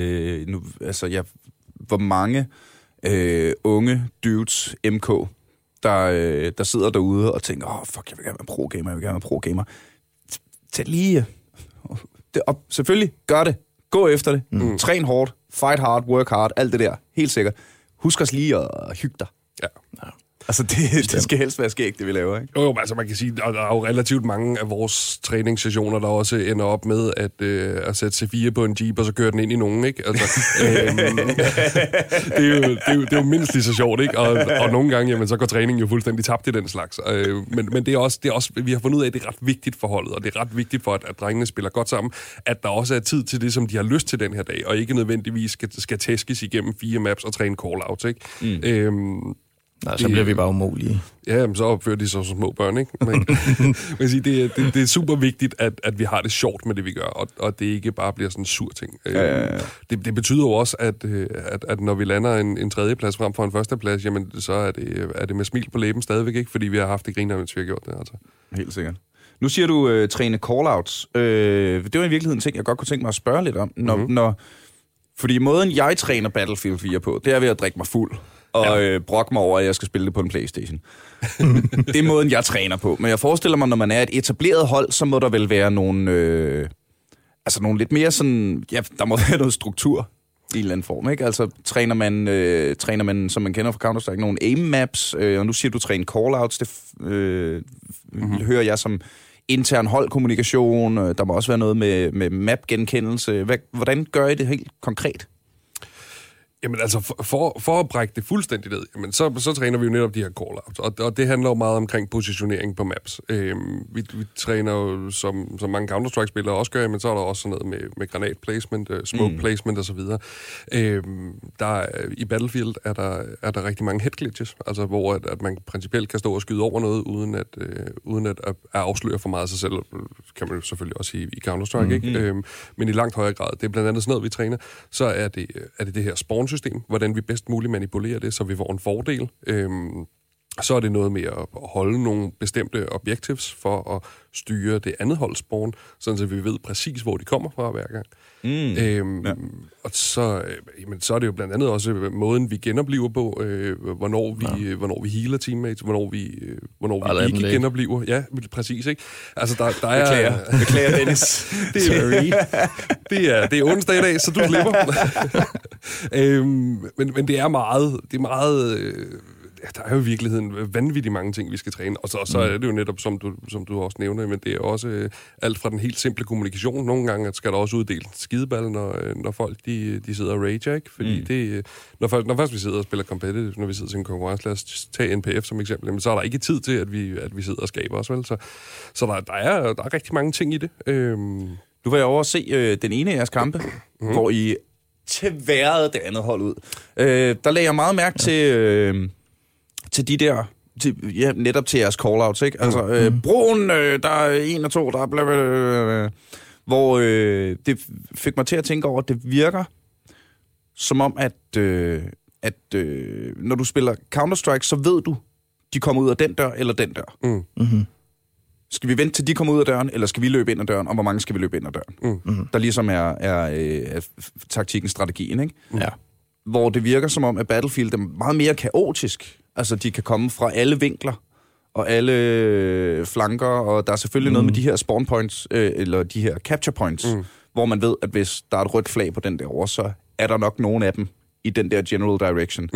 Hvor mange unge dudes, MK, der sidder derude og tænker, fuck, jeg vil gerne være pro-gamer, Tag lige... Og selvfølgelig, gør det. Gå efter det. Træn hårdt. Fight hard. Work hard. Alt det der. Helt sikkert. Husk os lige at hygge dig. Ja. Altså, det skal helst være skægt, det vi laver, ikke? Jo, altså man kan sige, der er jo relativt mange af vores træningssessioner, der også ender op med at sætte C4 på en Jeep, og så køre den ind i nogen, ikke? Altså, det er jo mindst lige så sjovt, ikke? Og nogle gange, jamen, så går træningen jo fuldstændig tabt i den slags. Men det er også, vi har fundet ud af, at det er ret vigtigt for holdet, og det er ret vigtigt for, at drengene spiller godt sammen, at der også er tid til det, som de har lyst til den her dag, og ikke nødvendigvis skal tæskes igennem 4 maps og træne call-outs, ikke? Nej, så bliver vi bare umulige. Ja, så opfører de sig som små børn, ikke? Men det er super vigtigt, at vi har det sjovt med det, vi gør, og det ikke bare bliver sådan en sur ting. Ja. Det betyder jo også, at når vi lander en tredjeplads frem for en førsteplads, jamen, så er det med smil på læben stadigvæk, ikke? Fordi vi har haft det griner, mens vi har gjort det, altså. Helt sikkert. Nu siger du træne call-outs. Det var i virkeligheden en ting, jeg godt kunne tænke mig at spørge lidt om. Fordi måden, jeg træner Battlefield 4 på, det er ved at drikke mig fuld og brokke mig over, at jeg skal spille det på en PlayStation. Det er måden, jeg træner på. Men jeg forestiller mig, når man er et etableret hold, så må der vel være nogle lidt mere sådan... Ja, der må være noget struktur i en eller anden form, ikke? Altså, træner man, som man kender fra Counter-Strike, nogle aim-maps, og nu siger du træne call-outs, det hører jeg som intern holdkommunikation, der må også være noget med map-genkendelse. Hvordan gør I det helt konkret? Jamen altså, for at brække det fuldstændig ned, jamen, så træner vi jo netop de her call-outs, og det handler jo meget omkring positionering på maps. Vi træner jo, som mange Counter-Strike-spillere også gør, men så er der også sådan noget med granatplacement, smoke placement osv. I Battlefield er der rigtig mange head glitches, altså hvor at man principielt kan stå og skyde over noget, uden at afsløre for meget af sig selv, kan man jo selvfølgelig også i Counter-Strike, ikke? Men i langt højere grad, det er blandt andet sådan noget, vi træner, så er det her spawn-system, hvordan vi bedst muligt manipulerer det, så vi får en fordel. Så er det noget med at holde nogle bestemte objectives for at styre det andet hold spawn, sådan så vi ved præcis, hvor de kommer fra hver gang. Og så er det jo blandt andet også måden, vi genopliver på, hvornår vi healer teammates, hvornår vi ikke genopliver. Ja, præcis, ikke? Altså, der er... Beklager, Dennis. Det er onsdag i dag, så du slipper. Men det er meget... der er jo i virkeligheden vanvittigt mange ting, vi skal træne. Og så er det jo netop, som du også nævner, men det er også alt fra den helt simple kommunikation. Nogle gange skal der også uddele skideball, når folk de sidder og rager, ikke? Fordi når først vi sidder og spiller competitive, når vi sidder til en konkurrence, lad os tage NPF som eksempel, men så er der ikke tid til, at vi sidder og skaber os, vel? Så der er rigtig mange ting i det. Du var jo over at se den ene af jeres kampe, hvor I tværede det andet hold ud. Der lagde jeg meget mærke til de der, netop til jeres call-outs, ikke? Altså, broen, der er 1 og 2, der er blablabla, hvor det fik mig til at tænke over, at det virker som om, at når du spiller Counter-Strike, så ved du, de kommer ud af den dør eller den dør. Skal vi vente til de kommer ud af døren, eller skal vi løbe ind ad døren, og hvor mange skal vi løbe ind ad døren? Der ligesom er taktikken, strategien, ikke? Ja. Hvor det virker som om, at Battlefield er meget mere kaotisk. Altså, de kan komme fra alle vinkler og alle flanker, og der er selvfølgelig noget med de her spawn points, eller de her capture points, hvor man ved, at hvis der er et rødt flag på den derovre, så er der nok nogen af dem i den der general direction.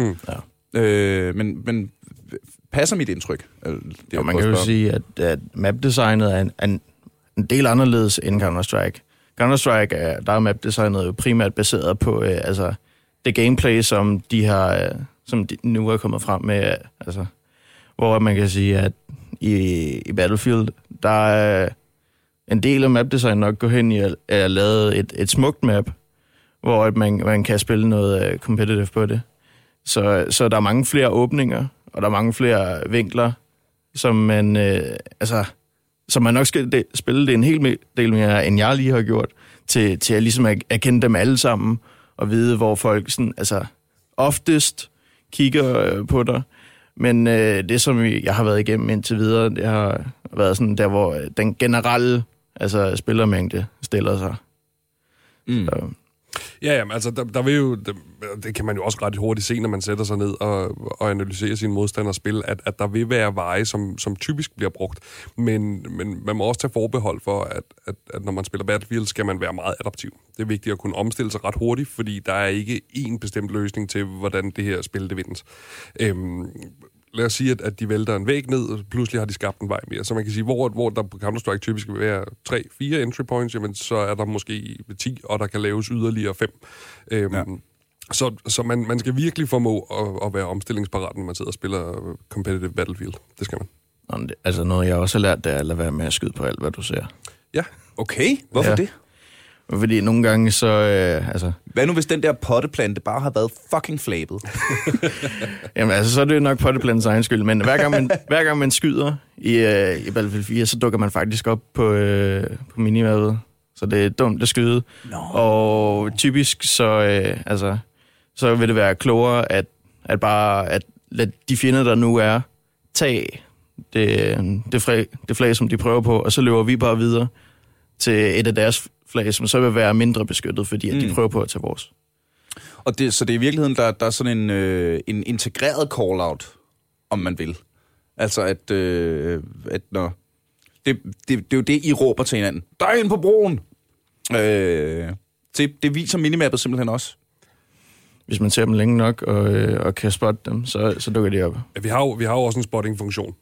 Men passer mit indtryk? Jo, man kan jo sige, at mapdesignet er en del anderledes end Counter-Strike. Counter-Strike, der er mapdesignet jo primært baseret på det gameplay, som de nu er kommet frem med, altså, hvor man kan sige, at i Battlefield, der er en del af mapdesign nok gå hen i at lave et smukt map, hvor man kan spille noget competitive på det. Så der er mange flere åbninger, og der er mange flere vinkler, som man nok skal spille det en hel del mere, end jeg lige har gjort, til at ligesom at kende dem alle sammen, og vide, hvor folk sådan, oftest kigger på dig. Men det, som jeg har været igennem indtil videre, det har været sådan der, hvor den generelle spillermængde stiller sig. Ja, altså der vil jo, det kan man jo også ret hurtigt se, når man sætter sig ned og analyserer sine modstanders spil, at der vil være veje, som typisk bliver brugt. Men man må også tage forbehold for, at når man spiller Battlefield, skal man være meget adaptiv. Det er vigtigt at kunne omstille sig ret hurtigt, fordi der er ikke én bestemt løsning til, hvordan det her spil det vindes. Lad os sige, at de vælter en væg ned, og pludselig har de skabt en vej mere. Så man kan sige, hvor der på Counter-Strike typisk vil være 3-4 entry points, jamen så er der måske 10, og der kan laves yderligere 5. Så man skal virkelig formå at være omstillingsparat, når man sidder og spiller competitive Battlefield. Det skal man. Altså noget, jeg også har lært, det er at lade være med at skyde på alt, hvad du ser. Ja. Okay, hvorfor det? Fordi nogle gange så... Hvad nu, hvis den der potteplante bare har været fucking flabet? Jamen altså, så er det jo nok potteplantens egen skyld, men hver gang man skyder i Battlefield 4, så dukker man faktisk op på minimappet. Så det er dumt at skyde. No. Og typisk så vil det være klogere at lade de fjender, der nu er, tage det flag, som de prøver på, og så løber vi bare videre til et af deres flag, som så vil være mindre beskyttet, fordi at de prøver på at tage vores. Og så det er i virkeligheden, der er sådan en integreret call-out, om man vil. Altså at når... Det er jo det, I råber til hinanden. Der er en på broen! Det viser minimappet simpelthen også. Hvis man ser dem længe nok og kan spotte dem, så dukker de op. Vi har jo også en spotting-funktion.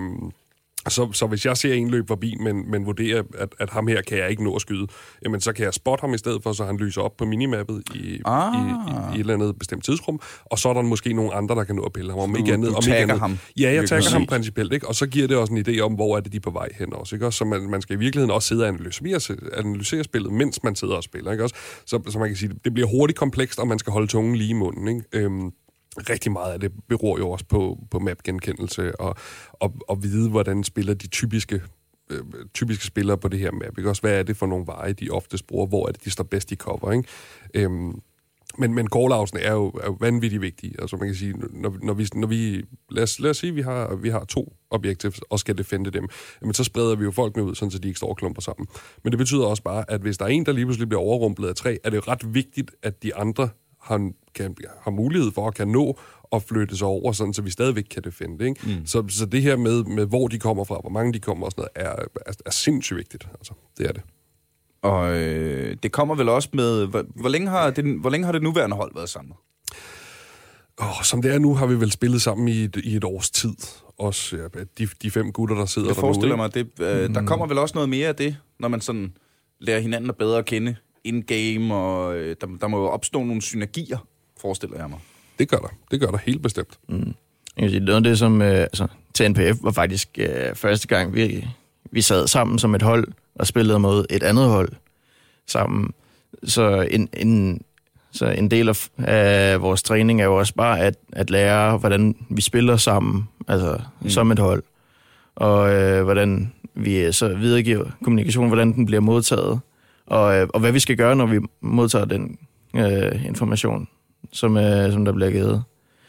Så hvis jeg ser en løb forbi, men vurderer, at ham her kan jeg ikke nå at skyde, jamen så kan jeg spotte ham i stedet for, så han lyser op på minimappet i et eller andet bestemt tidsrum, og så er der måske nogle andre, der kan nå at pille ham. Du tagger ham? Ja, jeg tagger ham principielt, ikke? Og så giver det også en idé om, hvor er det, de er på vej hen også, ikke? Så man skal i virkeligheden også sidde og analysere spillet, mens man sidder og spiller, ikke? Også, så man kan sige, det bliver hurtigt komplekst, og man skal holde tungen lige i munden, ikke? Rigtig meget af det beror jo også på map-genkendelse og vide, hvordan spiller de typiske spillere på det her map. Ikke? Også, hvad er det for nogle veje, de oftest bruger? Hvor er det, de står bedst i cover? Ikke? Men call-outsene er jo vanvittigt vigtige. Altså man kan sige, når vi lad os sige, vi har 2 objectives og skal defende dem, jamen så spreder vi jo folkene ud, sådan så de ikke står og klumper sammen. Men det betyder også bare, at hvis der er en, der lige pludselig bliver overrumplet af 3, er det jo ret vigtigt, at de andre har mulighed for at kan nå at flytte sig over, sådan, så vi stadigvæk kan defende. Ikke? Så det her med, hvor de kommer fra, hvor mange de kommer og sådan noget, er sindssygt vigtigt. Altså, det er det. Og det kommer vel også med... Hvor længe har det nuværende hold været samlet? Som det er nu, har vi vel spillet sammen i et års tid. Også de 5 gutter, der sidder der nu. Jeg forestiller mig, der kommer vel også noget mere af det, når man sådan lærer hinanden bedre at kende in-game, og der må jo opstå nogle synergier, forestiller jeg mig. Det gør der helt bestemt. Noget af det, som til NPF var faktisk første gang, vi sad sammen som et hold og spillede mod et andet hold sammen. Så en del af vores træning er jo også bare at lære, hvordan vi spiller sammen, altså som et hold, og hvordan vi så videregiver kommunikation, hvordan den bliver modtaget, og hvad vi skal gøre, når vi modtager den information, som der bliver givet.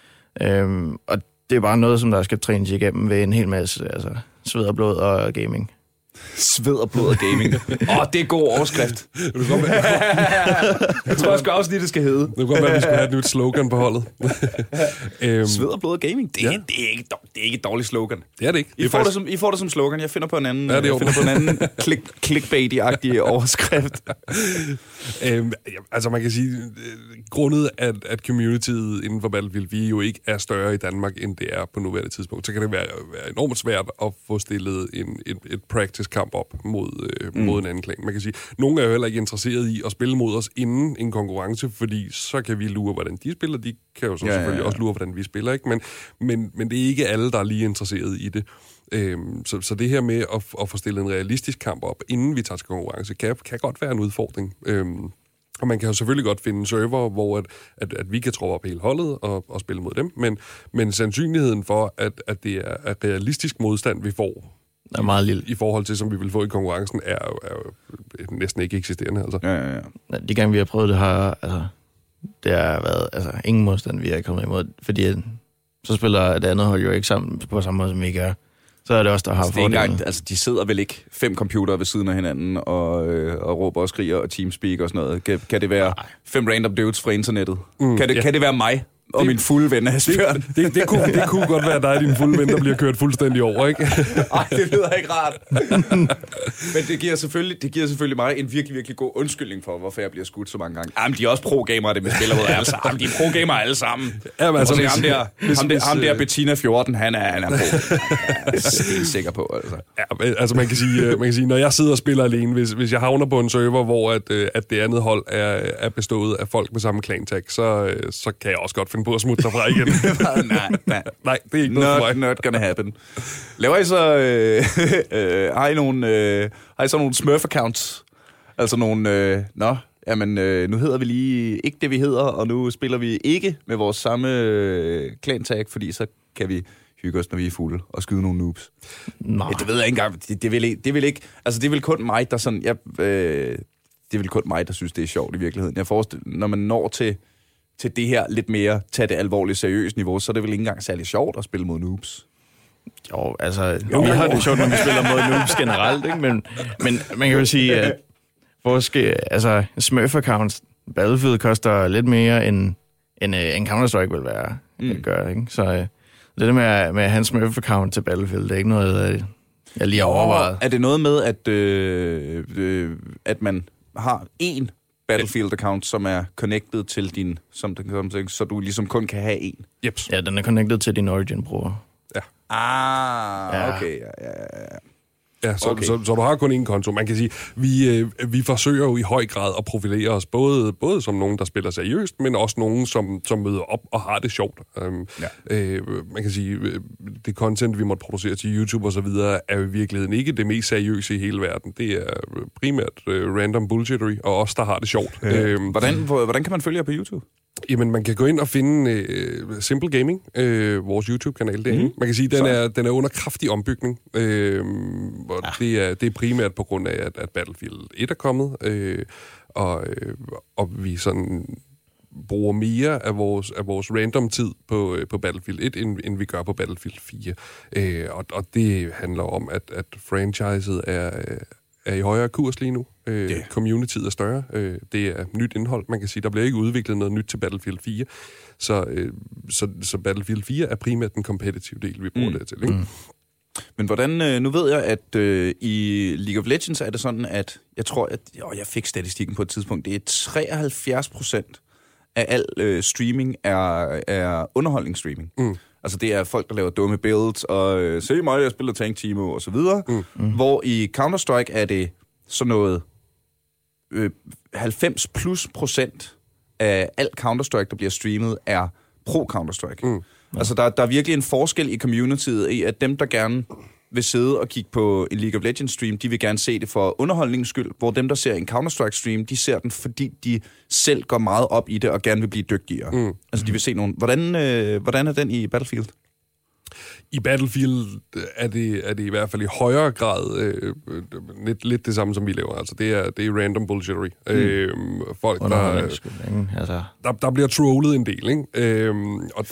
Og det er bare noget, som der skal trænes igennem ved en hel masse sved og blod og gaming. Sved og blod og gaming. Det er god overskrift. Jeg tror også afsnittet skal hedde. Det kunne godt være, at vi skulle have et nyt slogan på holdet. Sved og blod og gaming. Det er ikke et dårligt slogan. Det er det ikke. I får det som slogan. Jeg finder på en anden, clickbait-agtig overskrift. Altså man kan sige, grundet at communityet inden for Battlefield 4 jo ikke er større i Danmark, end det er på nuværende tidspunkt, så kan det være enormt svært at få stillet et practice-kamp op mod en anden klan. Man kan sige, nogle er jo heller ikke interesseret i at spille mod os inden en konkurrence, fordi så kan vi lure, hvordan de spiller. De kan jo selvfølgelig også lure, hvordan vi spiller, ikke? Men det er ikke alle, der er lige interesseret i det. Så det her med at få stillet en realistisk kamp op, inden vi tager til konkurrence, kan godt være en udfordring. Og man kan jo selvfølgelig godt finde server, hvor at vi kan troppe op hele holdet og spille mod dem, men sandsynligheden for, at det er realistisk modstand, vi får, er meget lille. I forhold til, som vi vil få i konkurrencen, er næsten ikke eksisterende. Altså. Ja. De gange, vi har prøvet det, det har været ingen modstand, vi er kommet imod, fordi så spiller det andet hold jo ikke sammen på samme måde, som vi gør. så er det også der har fordelen. Altså, de sidder vel ikke 5 computere ved siden af hinanden og råber og skriger og teamspeak og sådan noget. Kan det være 5 random dudes fra internettet? Kan det være mig? Og min fulde ven, Asbjørn. Det kunne godt være dig, din fulde ven, der bliver kørt fuldstændig over, ikke? Nej, det lyder ikke rart. Men det giver selvfølgelig mig en virkelig, virkelig god undskyldning for, hvorfor jeg bliver skudt så mange gange. Jamen, de er også pro-gamere, det med spiller mod alle sammen. De er pro-gamere alle sammen. Jamen, altså, ham der Bettina 14, han er pro. Jeg er helt sikker på, altså. Ja, altså man kan sige, når jeg sidder og spiller alene, hvis jeg havner på en server, hvor at det andet hold er bestået af folk med samme clan-tag, så kan jeg også godt finde på at smutte derfra igen. Nej, det er ikke noget for mig. Not gonna happen. Laver I så... har I så nogle Smurf-accounts? Altså nogle... nu hedder vi lige ikke det, vi hedder, og nu spiller vi ikke med vores samme clan-tag, fordi så kan vi hygge os, når vi er fulde, og skyde nogle noobs. Nej. Det ved jeg ikke engang. Det vil ikke... Altså, det er vel kun mig, der sådan... det er vel kun mig, der synes, det er sjovt i virkeligheden. Jeg forestiller, når man når til det her lidt mere, tage det alvorligt seriøst niveau, så er det vel ikke engang særlig sjovt at spille mod noobs. Jo, altså, vi har det sjovt, når vi spiller mod noobs generelt, ikke? Men man kan jo sige, at vores Smurf-accounts, Battlefield koster lidt mere, end Counter-Strike vil være gør, ikke? Så det med at have en Smurf-account til Battlefield, det er ikke noget, jeg lige har overvejet. Er det noget med, at man har én Battlefield-account, som er connected til din, så du ligesom kun kan have én? Yep. Ja, den er connected til din Origin-bruger. Ja. Okay. Ja, så du har kun én konto. Man kan sige, vi forsøger jo i høj grad at profilere os, både som nogen, der spiller seriøst, men også nogen, som møder op og har det sjovt. Man kan sige, det content, vi måtte producere til YouTube og så videre, er jo i virkeligheden ikke det mest seriøse i hele verden. Det er primært random bullshittery, og os, der har det sjovt. Hvordan kan man følge jer på YouTube? Jamen, man kan gå ind og finde Simple Gaming, vores YouTube-kanal derinde. Man kan sige, den er under kraftig ombygning. Det er primært på grund af, at Battlefield 1 er kommet, og vi sådan bruger mere af vores random-tid på Battlefield 1, end vi gør på Battlefield 4. Og det handler om, at franchiset er i højere kurs lige nu. Communityet er større. Det er nyt indhold. Man kan sige, der bliver ikke udviklet noget nyt til Battlefield 4. Så Battlefield 4 er primært den competitive del, vi bruger det til. Ikke? Men hvordan... Nu ved jeg, at i League of Legends er det sådan, at jeg tror, at... jeg fik statistikken på et tidspunkt. Det er 73% af al streaming er underholdningsstreaming. Altså det er folk, der laver dumme builds, og se mig, jeg spiller Tank Teemo, og så videre. Hvor i Counter-Strike er det sådan noget 90% af alt Counter-Strike, der bliver streamet, er pro-Counter-Strike. Altså der er virkelig en forskel i communityet i, at dem, der gerne vil sidde og kigge på en League of Legends stream, de vil gerne se det for underholdningens skyld, hvor dem, der ser en Counter-Strike stream, de ser den, fordi de selv går meget op i det og gerne vil blive dygtigere. Altså de vil se nogen... Hvordan er den i Battlefield? I Battlefield er det i hvert fald i højere grad lidt det samme, som vi laver. Altså, det er random bullshittery. Folk, der bliver trollet en del, ikke? Og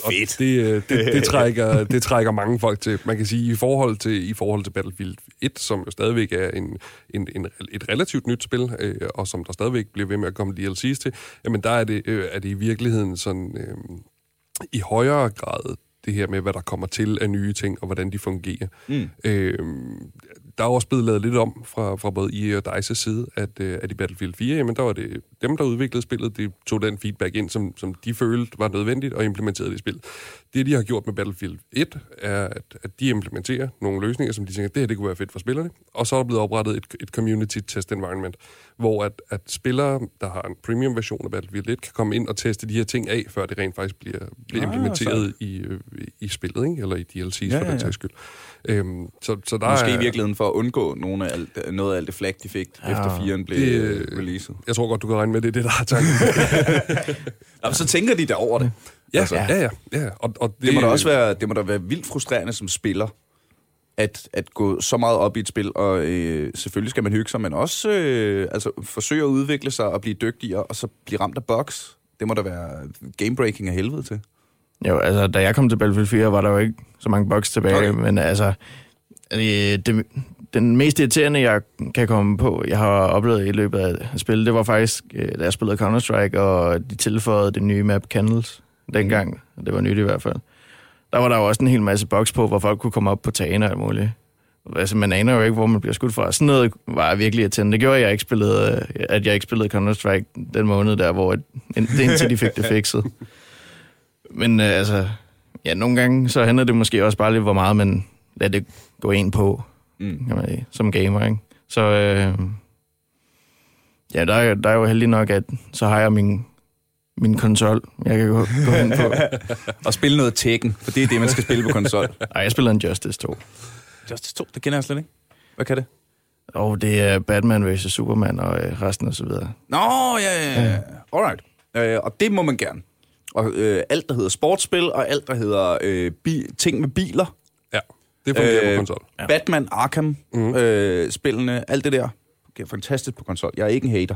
det trækker mange folk til. Man kan sige, i forhold til Battlefield 1, som jo stadigvæk er et relativt nyt spil, og som der stadigvæk bliver ved med at komme DLC's til, jamen der er det i virkeligheden sådan i højere grad det her med, hvad der kommer til af nye ting, og hvordan de fungerer. Der er også blevet lavet lidt om fra både EA og DICE's side, at i Battlefield 4, jamen der var det dem, der udviklede spillet, de tog den feedback ind, som de følte var nødvendigt, og implementerede det i spillet. Det, de har gjort med Battlefield 1, er, at de implementerer nogle løsninger, som de tænker, det kunne være fedt for spillerne, og så er der blevet oprettet et community test environment, hvor at spillere, der har en premium-version af Battlefield 1, kan komme ind og teste de her ting af, før det rent faktisk bliver implementeret i spillet, ikke? Eller i DLC's for den sags skyld. Så der måske i virkeligheden for at undgå noget af alt det flag, de fik, efter 4'eren blev releaset. Jeg tror godt, du kan regne med, det er det, der har tanken. Jamen, så tænker de der over det. Ja. Og det må da også være vildt frustrerende som spiller, at gå så meget op i et spil, og selvfølgelig skal man hygge sig, men også forsøge at udvikle sig og blive dygtigere, og så blive ramt af bugs. Det må da være gamebreaking af helvede til. Jo, altså, da jeg kom til Battlefield 4, var der jo ikke så mange bugs tilbage, men altså, Den mest irriterende, jeg kan komme på, jeg har oplevet i løbet af spillet, det var faktisk, da jeg spillede Counter-Strike, og de tilføjede det nye map Candles dengang. Det var nyt i hvert fald. Der var der jo også en hel masse boks på, hvor folk kunne komme op på tagene og alt muligt. Altså, man aner jo ikke, hvor man bliver skudt fra. Sådan noget var virkelig irriterende. Det gjorde, at jeg ikke spillede Counter-Strike den måned der, hvor indtil de fik det fikset. Men altså, ja, nogle gange så handler det måske også bare lidt, hvor meget man lader det gå ind på, kan man sige, som gamer, ikke? Så ja, der er jo heldig nok, at så har jeg min konsol, jeg kan gå ind på. Og spille noget Tekken, for det er det, man skal spille på konsol. Nej, jeg spiller en Justice 2. Justice 2, det kender jeg slet ikke. Hvad kan det? Og det er Batman vs. Superman og resten og så videre. Nå, ja. Alright. Og det må man gerne. Og alt, der hedder sportsspil, og alt, der hedder ting med biler. Ja, det fungerer på konsol. Batman, Arkham, spillene, alt det der. Det er fantastisk på konsol. Jeg er ikke en hater.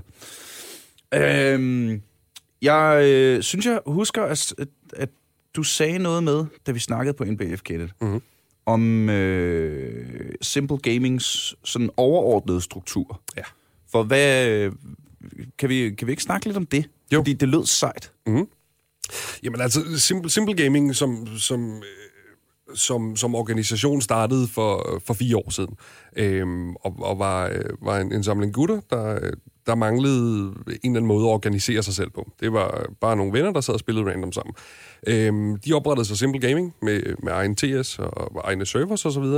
Jeg synes, jeg husker, at du sagde noget med, da vi snakkede på NBF-kættet, om Simple Gamings sådan overordnede struktur. Ja. For hvad... Kan vi ikke snakke lidt om det? Jo. Fordi det lød sejt. Jamen altså, Simple Gaming som organisation startede for 4 år siden, og var en samling gutter, der manglede en eller anden måde at organisere sig selv på. Det var bare nogle venner, der sad og spillede random sammen. De oprettede sig Simple Gaming med egen TS og egne servers osv.,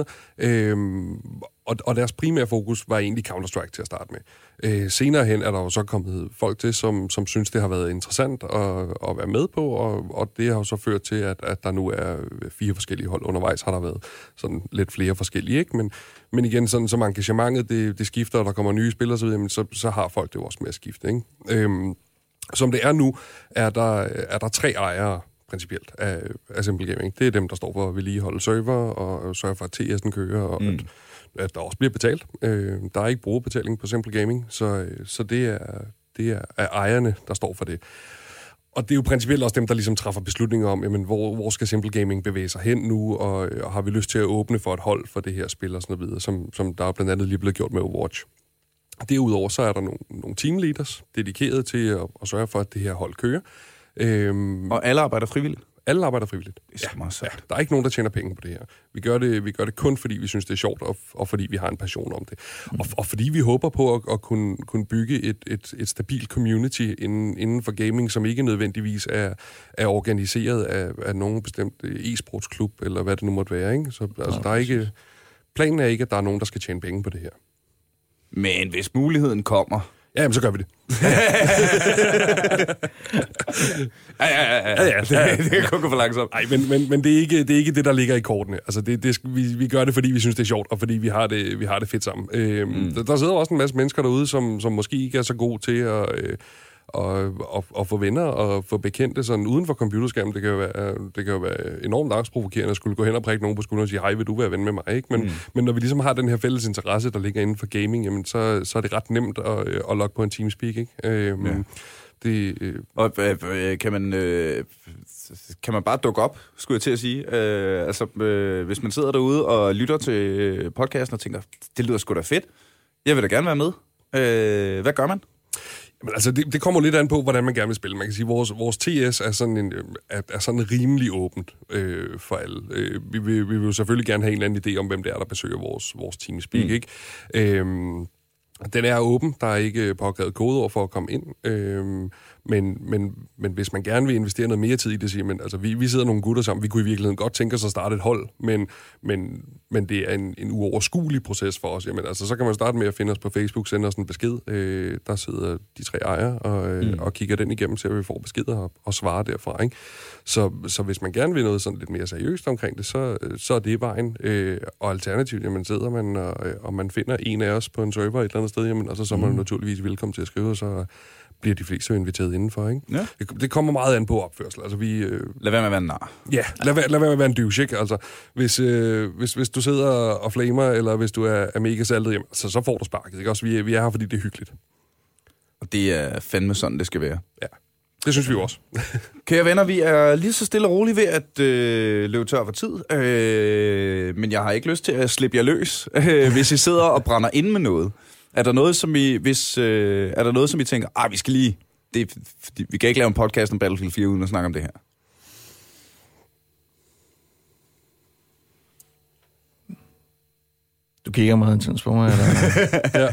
og deres primære fokus var egentlig Counter-Strike til at starte med. Senere hen er der jo så kommet folk til, som synes, det har været interessant at være med på, og det har jo så ført til, at der nu er 4 forskellige hold. Undervejs har der været sådan lidt flere forskellige, ikke? Men igen, sådan som engagementet, det skifter, og der kommer nye spillere osv., så har folk det jo også med at skifte, ikke? Som det er nu, er der 3 ejere principielt af Simple Gaming. Det er dem, der står for at vedligeholde server og sørge for, at TS'en kører, og at der også bliver betalt. Der er ikke brugerbetaling på Simple Gaming, så det er ejerne, der står for det. Og det er jo principielt også dem, der ligesom træffer beslutninger om, jamen, hvor skal Simple Gaming bevæge sig hen nu, og har vi lyst til at åbne for et hold for det her spil og sådan noget videre, som der er blandt andet lige blevet gjort med Overwatch. Derudover så er der nogle teamleaders dedikeret til at sørge for, at det her hold kører. Og alle arbejder frivilligt? Alle arbejder frivilligt. Det er meget sejt. Ja, der er ikke nogen, der tjener penge på det her. Vi gør det kun, fordi vi synes, det er sjovt, og fordi vi har en passion om det. Og fordi vi håber på at kunne bygge et stabilt community inden for gaming, som ikke nødvendigvis er organiseret af nogen bestemt e-sportsklub, eller hvad det nu måtte være. Ikke? Så altså, der er ikke, planen er ikke, at der er nogen, der skal tjene penge på det her. Men hvis muligheden kommer... Jamen, så gør vi det. Det kan gå for langsomt. Nej, men det er ikke det, der ligger i kortene. Altså, vi gør det, fordi vi synes, det er sjovt, og fordi vi har det fedt sammen. Der sidder også en masse mennesker derude, som måske ikke er så gode til at få venner og få bekendte sådan uden for computerskærmen. Det kan jo være enormt angstprovokerende at skulle gå hen og prikke nogen på skulderen og sige, hej, vil du være ven med mig? Ikke? Men når vi ligesom har den her fælles interesse, der ligger inden for gaming, jamen, så er det ret nemt at logge på en Teamspeak. Ikke? Og kan man bare dukke op, skulle jeg til at sige. Hvis man sidder derude og lytter til podcasten og tænker, det lyder sgu da fedt, jeg vil da gerne være med. Hvad gør man? Men altså, det kommer lidt an på, hvordan man gerne vil spille. Man kan sige, at vores TS er sådan rimelig åbent for alle. Vi vil jo selvfølgelig gerne have en eller anden idé om, hvem det er, der besøger vores Teamspeak, ikke? Den er åben. Der er ikke påkrævet kodeord for at komme ind. Men hvis man gerne vil investere noget mere tid i det, siger man, altså vi sidder nogle gutter sammen, vi kunne i virkeligheden godt tænke os at starte et hold, men det er en uoverskuelig proces for os. Jamen, altså, så kan man starte med at finde os på Facebook, sende os en besked. Der sidder de 3 ejere og kigger den igennem, så vi får beskeder og svarer derfra. Ikke? Så hvis man gerne vil noget sådan lidt mere seriøst omkring det, så er det vejen. Og alternativt, jamen sidder man, og man finder en af os på en server et eller andet sted, jamen, altså, så er man naturligvis velkommen til at skrive, så bliver de fleste inviteret indenfor, ikke? Ja. Det kommer meget an på opførsel. Altså, lad være med at være en nar. Ja, lad være med at være en douche, ikke? Altså, hvis du sidder og flamer, eller hvis du er mega saltet, jamen, så får du sparket, ikke? Også vi er her, fordi det er hyggeligt. Og det er fandme sådan, det skal være. Ja. Det synes vi jo også. Kære venner, vi er lige så stille og roligt ved at løbe tør for tid, men jeg har ikke lyst til at slippe jer løs, hvis I sidder og brænder inde med noget. Er der noget, som I tænker, vi skal lige... vi kan ikke lave en podcast om Battlefield 4 uden at snakke om det her? Du kigger meget intens på mig, eller?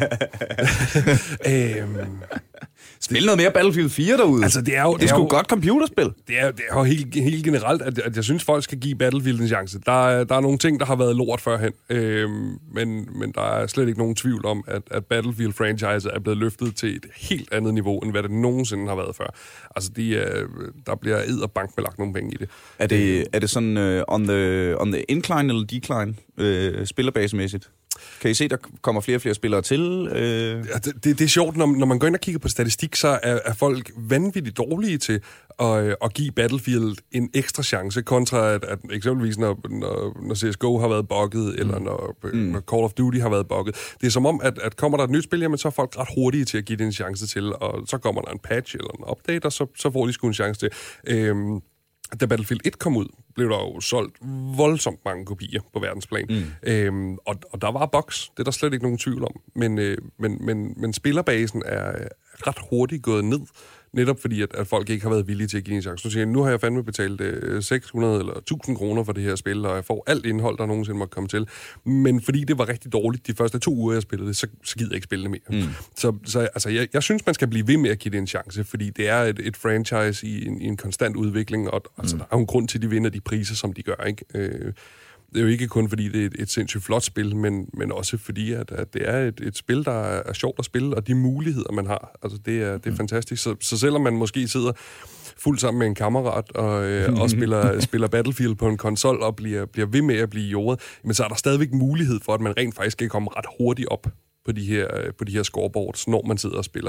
Spil noget mere Battlefield 4 derude. Altså, det er sgu godt computerspil. Det er jo helt generelt, at jeg synes, folk skal give Battlefield en chance. Der er nogle ting, der har været lort førhen, men der er slet ikke nogen tvivl om, at Battlefield-franchise er blevet løftet til et helt andet niveau, end hvad det nogensinde har været før. Altså, der bliver edderbank belagt nogle penge i det. Er det sådan on the incline eller decline, spillerbasemæssigt? Kan I se, der kommer flere og flere spillere til? Ja, det er sjovt, når man går ind og kigger på statistik, så er folk vanvittigt dårlige til at give Battlefield en ekstra chance, kontra at eksempelvis når CSGO har været bugget, eller når Call of Duty har været bugget. Det er som om, at kommer der et nyt spil, jamen, så er folk ret hurtige til at give det en chance til, og så kommer der en patch eller en update, og så får de sgu en chance til. Da Battlefield 1 kom ud, blev der jo solgt voldsomt mange kopier på verdensplan. Og der var bugs, det er der slet ikke nogen tvivl om. Men spillerbasen er ret hurtigt gået ned, netop fordi, at folk ikke har været villige til at give en chance. Så siger jeg, nu har jeg fandme betalt 600 eller 1000 kroner for det her spil, og jeg får alt indhold, der nogensinde måtte komme til. Men fordi det var rigtig dårligt de første 2 uger, jeg spillede det, så gider jeg ikke spille det mere. Så altså, jeg synes, man skal blive ved med at give det en chance, fordi det er et franchise i en konstant udvikling, og altså, der er jo en grund til, at de vinder de priser, som de gør, ikke? Det er jo ikke kun fordi, det er et sindssygt flot spil, men også fordi, at det er et spil, der er sjovt at spille, og de muligheder, man har, altså det er fantastisk. Så selvom man måske sidder fuldt sammen med en kammerat og spiller Battlefield på en konsol og bliver ved med at blive jordet, men så er der stadigvæk mulighed for, at man rent faktisk kan komme ret hurtigt op på de her scoreboards, når man sidder og spiller.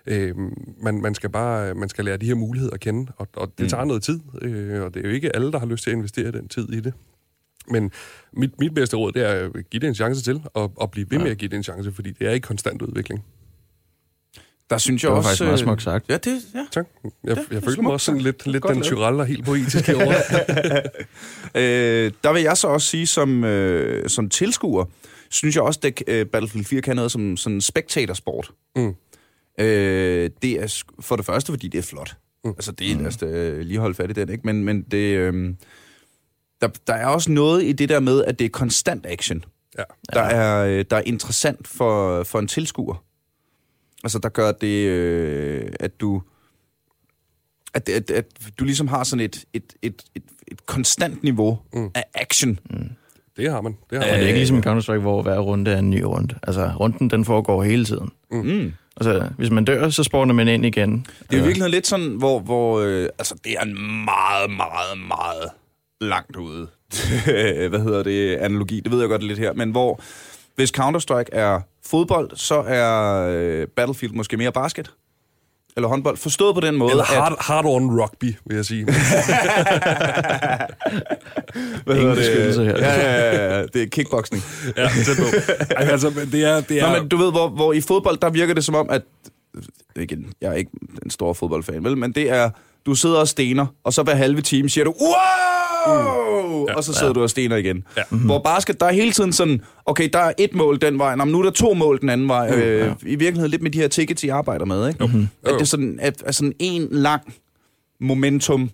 Man skal lære de her muligheder at kende, og det tager noget tid, og det er jo ikke alle, der har lyst til at investere den tid i det. Men mit bedste råd, det er at give det en chance til, og blive ved med at give det en chance, fordi det er i konstant udvikling. Der synes jeg det var også... faktisk meget smukt sagt. Ja, Tak. Jeg føler mig også sådan lidt den tyralle og helt poetisk herovre. Der vil jeg så også sige, som tilskuer, synes jeg også, at Battlefield 4 kan noget som sådan en spectatorsport. Det er for det første, fordi det er flot. Altså, det er altså, lige holde fat i den, ikke? Men det... Der er også noget i det der med, at det er konstant action. Ja. Der er interessant for en tilskuer. Altså, der gør det, at du ligesom har sådan et konstant niveau af action. Det har man. Det er ikke ligesom i Counter-Strike, hvor hver runde er en ny runde. Altså, runden, den foregår hele tiden. Altså, hvis man dør, så spawner man ind igen. Det er virkelig lidt sådan, hvor altså, det er en meget, meget, meget langt ude. Analogi, det ved jeg godt lidt her, men hvor hvis Counter-Strike er fodbold, så er Battlefield måske mere basket eller håndbold. Forstået på den måde, eller hard-on rugby, vil jeg sige. Hvad hedder det? Ja, det er kickboxing. Ja, tæt på. Altså, det er... Nå, men du ved, hvor i fodbold, der virker det som om, at igen, jeg er ikke en stor fodboldfan, vel, men det er, du sidder og stener, og så hver halve time siger du, wow! Og så sidder du og stener igen. Ja. Hvor basket, der er hele tiden sådan, okay, der er 1 mål den vej, nu er der 2 mål den anden vej. I virkeligheden lidt med de her tickets, I arbejder med, ikke? At det er sådan, at sådan en lang momentum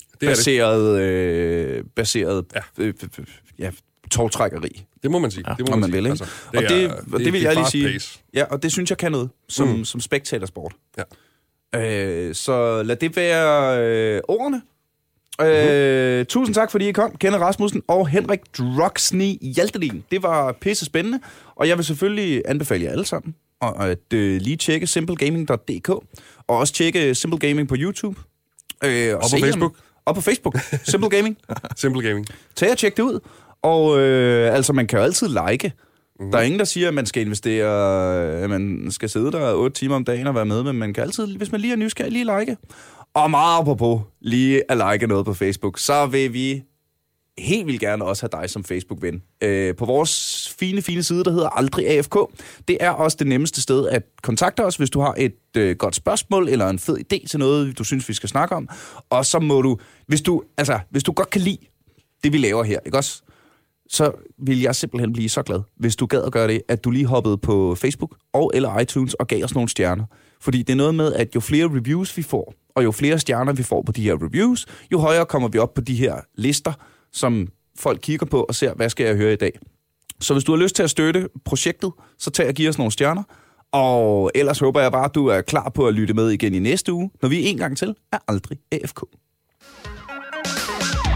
baseret togtrækkeri. Det må man sige. Det må man sige. Vil, ikke? Altså, det vil jeg lige sige. Pace. Ja, og det synes jeg kan noget som spectatorsport. Ja. Så lad det være ordene. Tusind tak, fordi I kom, Kenneth Rasmussen og Henrik Droxny Hjaltelin. Det var pisse spændende, og jeg vil selvfølgelig anbefale jer alle sammen at lige tjekke simplegaming.dk, og også tjekke Simple Gaming på YouTube. Og på Facebook. Og på Facebook. Simple Gaming. Simple Gaming. Tag og tjek det ud. Og altså, man kan jo altid like. Der er ingen, der siger, at man skal investere, at man skal sidde der 8 timer om dagen og være med, men man kan altid, hvis man lige er nysgerrig, lige like. Og meget apropos lige at like noget på Facebook, så vil vi helt vildt gerne også have dig som Facebook-ven. På vores fine side, der hedder Aldrig AFK. Det er også det nemmeste sted at kontakte os, hvis du har et godt spørgsmål eller en fed idé til noget, du synes, vi skal snakke om. Og så må du, hvis du godt kan lide det, vi laver her, ikke også? Så vil jeg simpelthen blive så glad, hvis du gad at gøre det, at du lige hoppede på Facebook og eller iTunes og gav os nogle stjerner. Fordi det er noget med, at jo flere reviews vi får, og jo flere stjerner vi får på de her reviews, jo højere kommer vi op på de her lister, som folk kigger på og ser, hvad skal jeg høre i dag. Så hvis du har lyst til at støtte projektet, så tag og giv os nogle stjerner. Og ellers håber jeg bare, at du er klar på at lytte med igen i næste uge, når vi en gang til er Aldrig AFK.